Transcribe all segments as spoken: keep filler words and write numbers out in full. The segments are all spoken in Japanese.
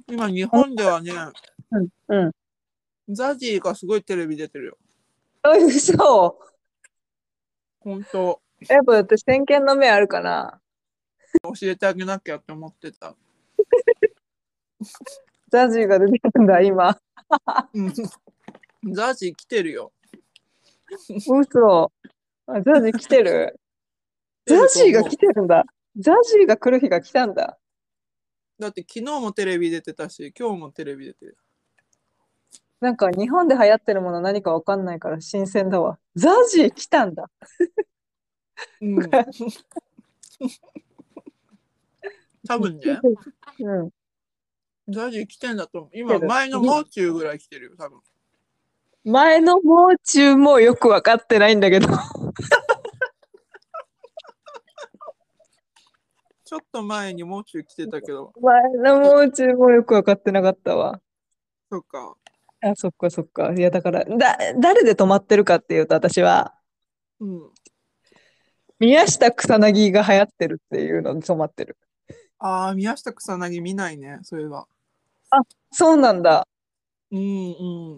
今日本ではね、 うんうん。 ザジーがすごいテレビ出てるよ。 あ、嘘。 ほんと、 やっぱ私先見の目あるかな。 教えてあげなきゃって思ってた。 ザジーが出てるんだ、今。 うん。ザジー来てるよ。 嘘。あ、ザジー来てる。 来てザジーがると思う。 来てるんだ。ザジーが来る日が来たんだ。 だって昨日もテレビ出てたし、今日もテレビ出てる。 なんか日本で流行ってるもの何かわかんないから新鮮だわ。ザジー来たんだ。 うん。多分ね、 うん。 ザジー来てんだと思う。今、 来てる。 前のもう中ぐらい来てるよ、多分。 前のもう中もよくわかってないんだけど。 ちょっと前にもう中来てたけど、 前のもう中もよくわかってなかったわ。 そっか。 あ、そっかそっか。いや、だから、だ、誰で止まってるかっていうと、私は、 うん。 宮下草薙が流行ってるっていうのに止まってる。 ああ、宮下草薙見ないね、それは。 あ、そうなんだ。 うんうん。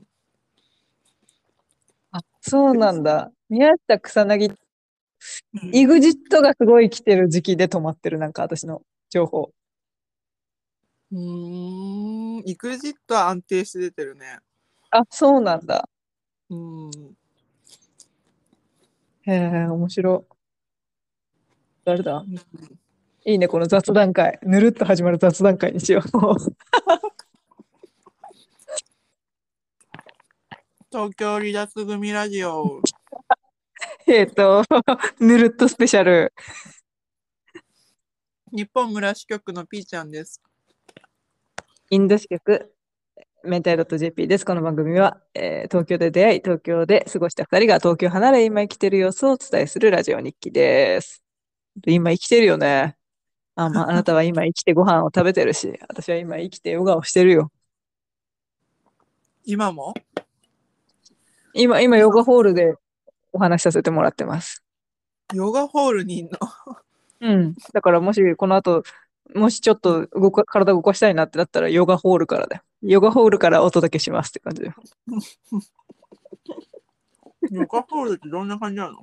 あ、そうなんだ。宮下草薙、 うん、 イグジットがすごい来てる時期で止まってる、なんか私の情報。 うーん、イグジットは安定して出てるね。 あ、そうなんだ。 うん。 へえ、面白い。誰だ。 うん、 いいね、この雑談会。ぬるっと始まる雑談会にしよう。 東京離脱組ラジオ。 えっと、ぬるっとスペシャル。 日本村支局のピーちゃんです。 インド支局、メンタル .jp です。この番組は、えー東京で出会い、東京で過ごしたふたりが東京離れ、今生きてる様子をお伝えするラジオ日記です。今生きてるよね。あ、まあ、あなたは今生きてご飯を食べてるし、私は今生きてヨガをしてるよ。 今も今、今ヨ今、 ガホールでお話しさせてもらってます。 ヨガホールにいんの？ うん。だからもしこの後、もしちょっと動か、体動かしたいなってなったらヨガホールからだよ。ヨガホールからお届けしますって感じだよ。 ヨガホールってどんな感じなの？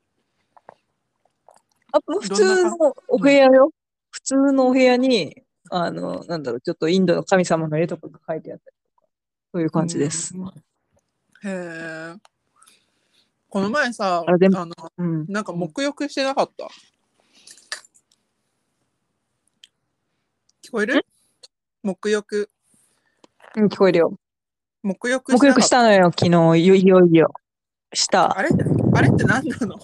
あ、もう普どんなか、 通のおうん。 部屋よ。普通のお部屋に、あの、なんだろう、ちょっとインドの神様の絵とかが描いてあったり、そういうう感じです。 ん。へえ。この前さ、 あ、でも、 あの、 うん。 なんか沐浴してなかった？聞こえんる？沐浴。 うん、聞こえるよ。 沐浴し沐浴なかった？ したのよ、昨日。いよいよいよ。した。 あれあれって何なの？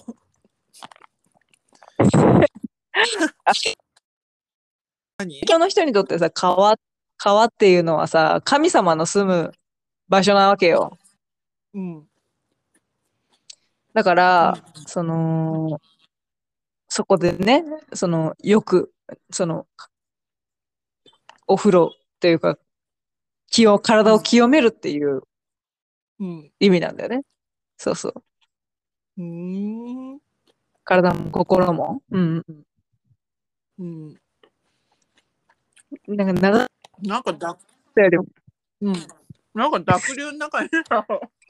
あ、 何？ 東京の人にとってさ、川、川っていうのはさ、神様の住む場所なわけよ。 うん。 だかうん。 ら、その、そこでね、その、よく、その、お風呂というか、気を、体をうん。 清めるっていううん。 意味なんだよね。そうそう。 うーん。 体も心も。うんうん。 うん。 なんか長いなんかだ、 よりも、 うん。なんか濁流の中にさ、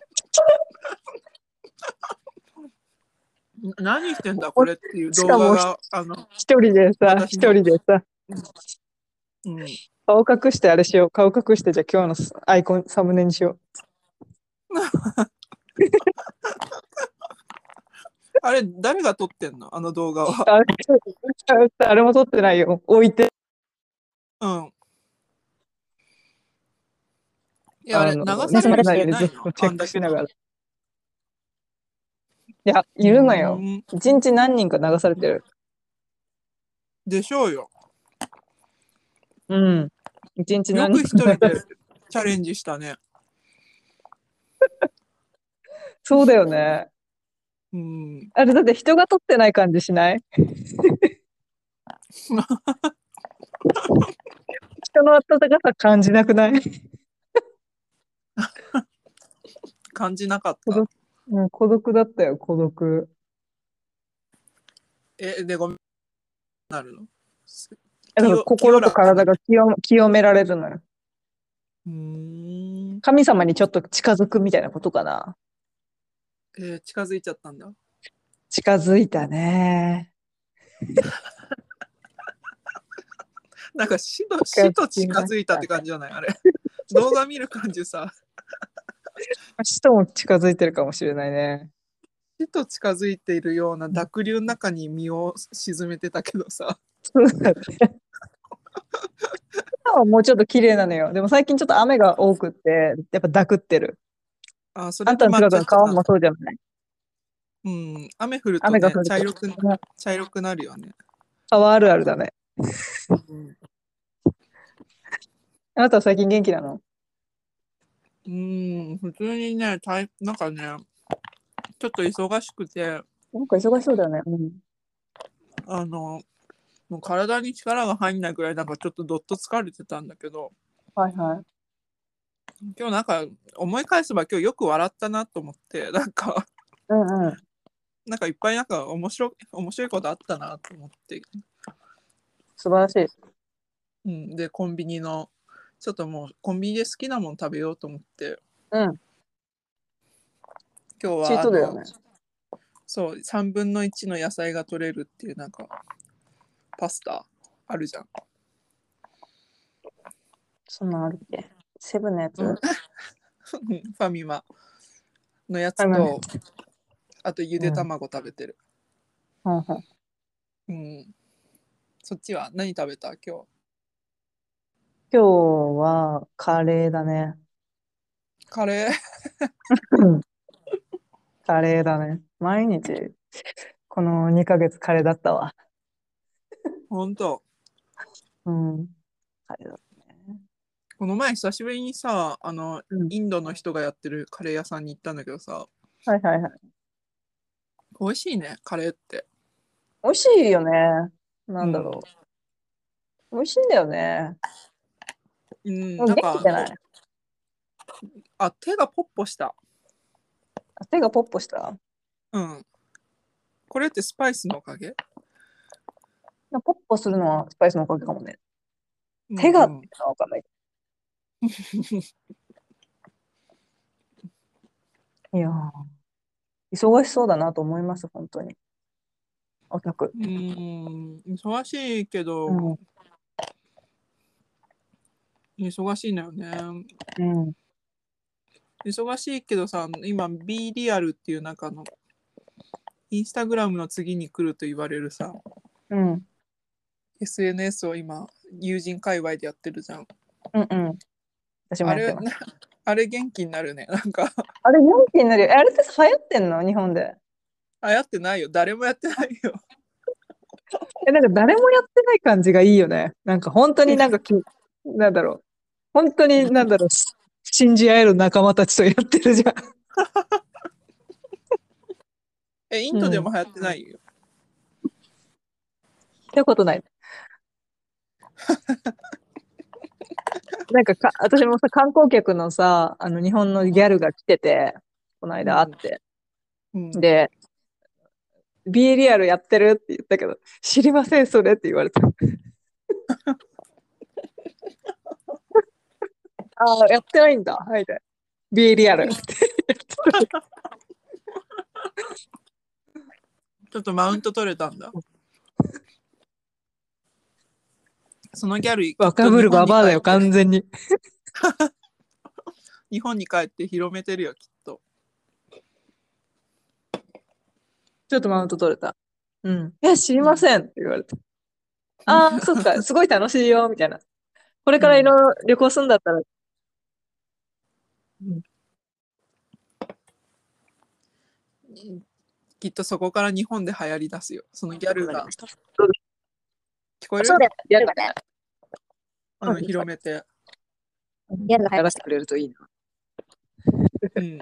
何してんだこれっていうしかもひ動画が、あの、 一人でさ、一私の、 人でさ、 うん。 顔隠してあれしよう。顔隠してじゃあ今日のアイコン、サムネにしよう。 あれ、誰が撮ってんのあの動画は？ あれ、あれも撮ってないよ。置いて、 うん。いや、あれ、 あの、 流される人盗まれないよういないの？ にずっとチェッあんだけの。 クしながら。いや、 うーいるのよ。 ん。 一日何人か流されてる。 でしょうよ。 うん。一日よく何人か流されて一人でる。 チャレンジしたね。 そうだよね。 うん。 あれだって人が撮ってない感じしない？人の温かさ感じなくない？ 感じなかった。 孤独、うん、孤独だったよ、孤独。 え、で、ごめんなるの？ だから清、清心とらかな。 体が清、清められるのよ。 うーん。 神様にちょっと近づくみたいなことかな。 えー近づいちゃったんだ。 近づいたね。 なんか死と近づ死と近きました。 づいたって感じじゃないあれ。動画見る感じさ、 死とも近づいてるかもしれないね。 死と近づいているような濁流の中に身を沈めてたけどさ。 そうだね。今はもうちょっと綺麗なのよ。でも最近ちょっと雨が多くって、やっぱ濁ってる。 あ、そあんたのれとマッ近くの川チしてたんだ。 もそうじゃない？ うん、雨降るとね、 雨が降ると。 茶色く、 ね、 茶色くなるよね。 川あるあるだね。 うん、 あなたは最近元気なの？ うん、普通にね、たいなんかね、ちょっと忙しくて、 なんか忙しそうだよね。うん。 あの、もう体に力が入んないくらいなんかちょっとどっと疲れてたんだけど、 はいはい。 今日なんか思い返せば今日よく笑ったなと思って、なんか、 うんうん。 なんかいっぱいなんか面白い、面白いことあったなと思って、 素晴らしい。 うん、で、コンビニの、ちょっともうコンビニで好きなもの食べようと思って、 うん。 今日チーはあの、 トだよね。 そう、さんぶんのいちの野菜が取れるっていうなんか、パスタあるじゃん。 そんなんあるっけ？セブンのやつ？ うん、 はファミマのやつと、 い。 あとゆうん。 で卵食べてる。 ほんほん。 うん。そっちは何食べた今日？ 今日はカレーだね。 カレー。 うん。カレーだね。毎日、このにかげつカレーだったわ。 ほんと。 うん。カレーだったね。 この前久しぶりにさ、あの、 うん。 インドの人がやってるカレー屋さんに行ったんだけどさ、 はいはいはい。 美味しいね、カレーって。 美味しいよね。なうん。 んだろう。美味しいんだよね。 うん、 でも元なんか、 気じゃない？ あ、手がポッポした。 あ、手がポッポした？ うん。これってスパイスのおかげ？ ポッポするのはスパイスのおかげかもね。 うん手がってうん。 のはわかんない。いやー、忙しそうだなと思います、本当に。オタク。 うん、忙しいけど、 うん。 忙しいのよね。 うん。 忙しいけどさ、今 B リアルっていうなんかあの、インスタグラムの次に来ると言われるさ、 うん。 エスエヌエス を今、友人界隈でやってるじゃん。 うんうん。私もあれ、 やってます。 なあれ元気になるね。なんか、 あれ、元気になるよ。え、あれって流行ってんの日本で？ あ、やってないよ。誰もやってないよ。 え、なんか誰もやってない感じがいいよね。なんか本当になんかき、なんだろう。本当になんだろう。し信じ合える仲間たちとやってるじゃん。 え、インうん。 ドでも流行ってないよ。 聞いたことない。なんかか、私もさ、観光客のさ、あの、日本のギャルが来てて、このうん、 間会って。 うん。 で、ビーリアルやってるって言ったけど、知りません、それって言われた。ああ、やってないんだ。はい。ビーリアルって言ってた。 ちょっとマウント取れたんだ。そのギャル、きっと日若ぶるババアだよ、 本に帰って、 完全に。 日本に帰って広めてるよ、きっと。 ちょっとマウント取れた。うん。いや、知りうん。 ませんって言われて。ああ、そっか、すごい楽しいよ、みたいな。これうん。 からいろいろ旅行するんだったら、うん、 きっとそこから日本で流行り出すよ。そのギャルが。 なりました。そうで聞こえる？ す。そうだよ、やるわね。 あの、広めて。 やるの流行らせてくれるといいな。 うんうん。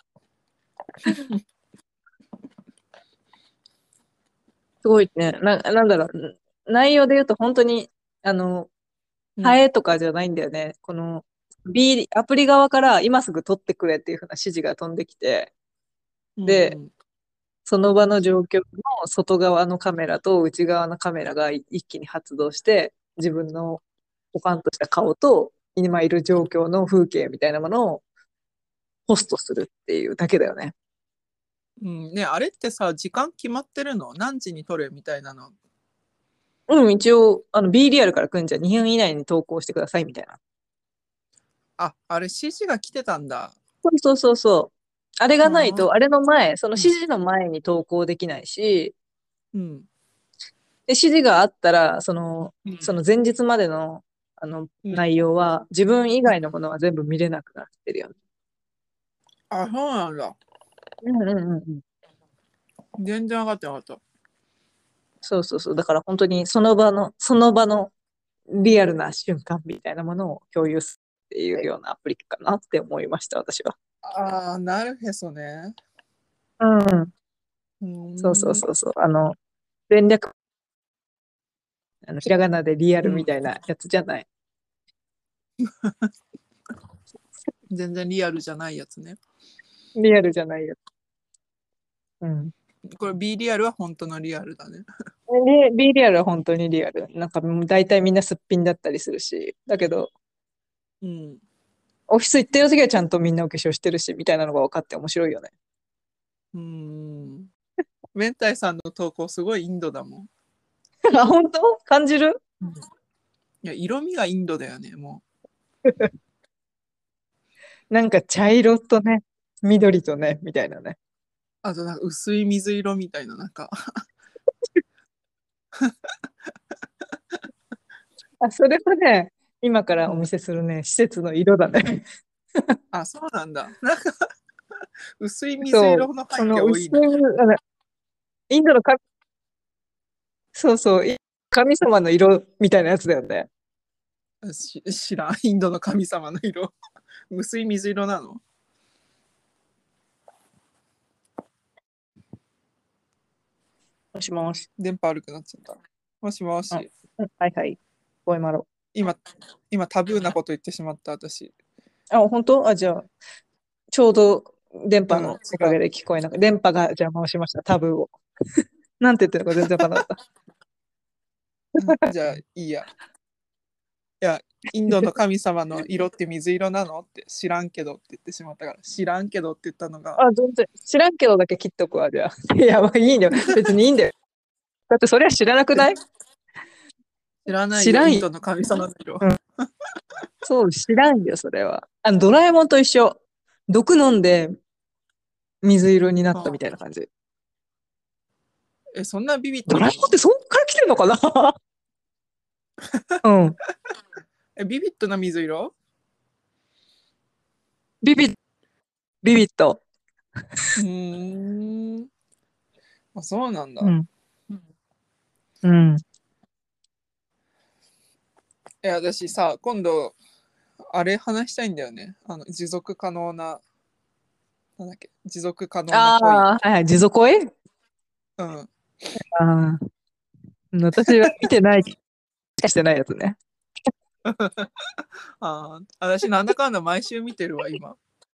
すごいね。な、なんだろう。内容で言うと本当に、あの、 うん。 ハエとかじゃないんだよね。この、B、アプリ側から今すぐ撮ってくれっていう風な指示が飛んできて、 うんで、 うん。 その場の状況の外側のカメラと内側のカメラが一気に発動して、自分のポカンとした顔と今いる状況の風景みたいなものをポストするっていうだけだよね。 うん、ね、あれってさ、時間決まってるの？何時に撮れみたいなの。 うん、一応、あの、ビー リアルから来るんじゃにふん以内に投稿してくださいみたいな。 あ、あれ指示が来てたんだ。 そうそうそうそう。あれがないあと、あれの前、そのうん指示の前に投稿できないし、 うんで、指示があったら、その、 うんその前日までの、あの、 うん内容は、自分以外のものは全部見れなくなってるよね。 あ、そうなんだ。 うんうんうんうん。 全然分かってなかった。 そうそうそう。だから本当にその場の、その場のリアルな瞬間みたいなものを共有するっていうようなアプリかなって思いました、私は。 ああ、なるへそね。 うん。 うそうそうーん。 そうそう。あの、連絡、あの、ひらがなでリアルみうん。 たいなやつじゃない。 全然リアルじゃないやつね。 リアルじゃないやつ。うん。 これ B リアルは本当のリアルだね。 で、B リアルは本当にリアル。なんかもう大体みんなすっぴんだったりするし、だけど、 うん。 オフィス行ってる時はちゃんとみんなお化粧してるし、みたいなのが分かって面白いよね。 うーん。明太さんの投稿すごいインドだもん。 あ、本当感じる？ うん、いや、色味がインドだよね、もなんか茶色とね、緑とね、みたいなね。 う。あとなんか薄い水色みたいな、なんか。 あ、それはね、今からおうん、 見せするね、施設の色だね。 あ、そうなんだ。なんか薄い水そう、 色の背その薄い、 景多いね。 あのインドのか、そうそう、い神様の色みたいなやつだよね。 し知らん。インドの神様の色。薄い水色なの？ もしもし。 電波悪くなっちゃった。もしもあ、 し。 うんはいはい。ボイマロ。 今、今タブーなこと言ってしまった、私。 あ、本当？あ、じゃあ、ちょうど電うん、違波のおかげう。 で聞こえなくて、電波が邪魔をしました、タブーを。なんて言ってるのか全然わかんなかった。 じゃあ、いいや。いや、インドの神様の色って水色なのって知らんけどって言ってしまったから、知らんけどって言ったのが、 あ、全然。知らんけどだけ切っとくわ、じゃあ。いや、まあいいんだよ。別にいいんだよ。だってそれは知らなくない？ 知らないよ、 知らんよ。 インドの神様の色。 うん。そう、知らんよ、それは。あの、ドラえもんと一緒。毒飲んで水色になったみたいな感じ。 え、そんなビビッドトなの？ ラえもんってそっから来てんのかな？うん。 え、ビビットな水色？ ビビ、ビビッと。 うーん。あ、そうなんだ。 うん。うん。 え、私さ、今度、あれ話したいんだよね。あの、持続可能な、なんだっけ、持続可能なああ、 恋。 はいはい。地蔵越え。 うん。 ああ。私は見てない、しかしてないやつね。 あー、私なんだかんだ毎週見てるわ、今。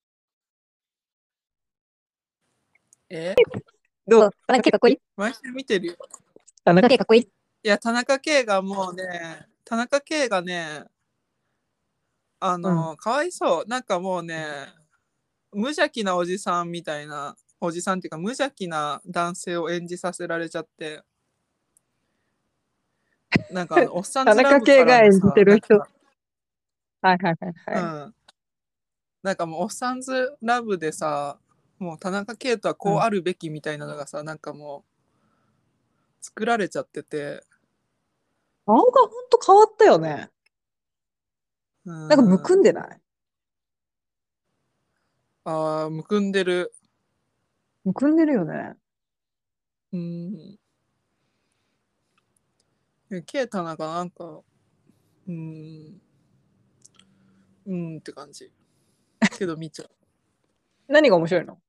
え、 どう？田中圭かっこいい？ 毎週見てるよ。 田中圭かっこいい？ いや、田中圭がもうね、田中圭がね、あうん。 の、かわいそう。なんかもうね、無邪気なおじさんみたいな、おじさんっていうか無邪気な男性を演じさせられちゃって、なんかあの、おっさん田ずラ中圭ブからが演じてのさ、 る人。 なんか、 はいはいはいはい。 うん、なんかもうおっさんずラブでさ、もう田中圭とはうん。 こうあるべきみたいなのがさ、なんかもう作られちゃってて、 顔がほんと変わったよね。 うなんかむくんん、 でない？ ああ、むくんでる。 むくんでるよね。 うん、圭田中なんか、うん、うんって感じ。けど見ちゃう。 何が面白いの？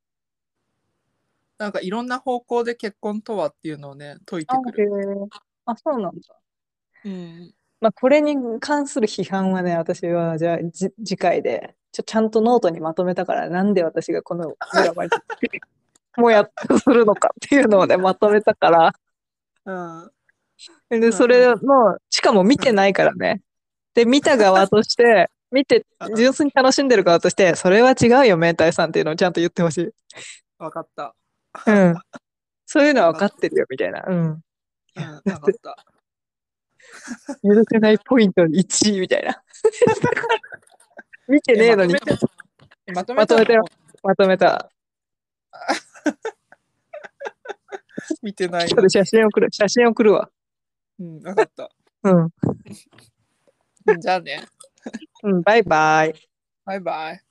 なんかいろんな方向で結婚とはっていうのをね、解いあ、 てくる。 へえ。あ、そうなんだ。 うん。 まあ、これに関する批判はね、私は、じゃあ、じ、次回で、ちょ、ちゃんとノートにまとめたから、なんで私がこのドラマにもやっとするのかっていうのをね、まとめたから、 うん。 で、そうん。 れの、しかも見てないからね、 で、見た側として、見て、 うん純粋に楽しんでる側として、それは違うよ、明太さんっていうのをちゃんと言ってほしい。 わかった。 うん。そういうのは分かってるよ、みたいな。うん。 うん、わかった。 許せないポイントいちいみたいな。見てねえのに。 えまとめたまとめたのまとめたよ。まとめた。 見てない後でのに。 写真送る。写真送るわ。 うん、わかった。 うん。 うんじゃあね。 うん、バイバイ。 バイバイ。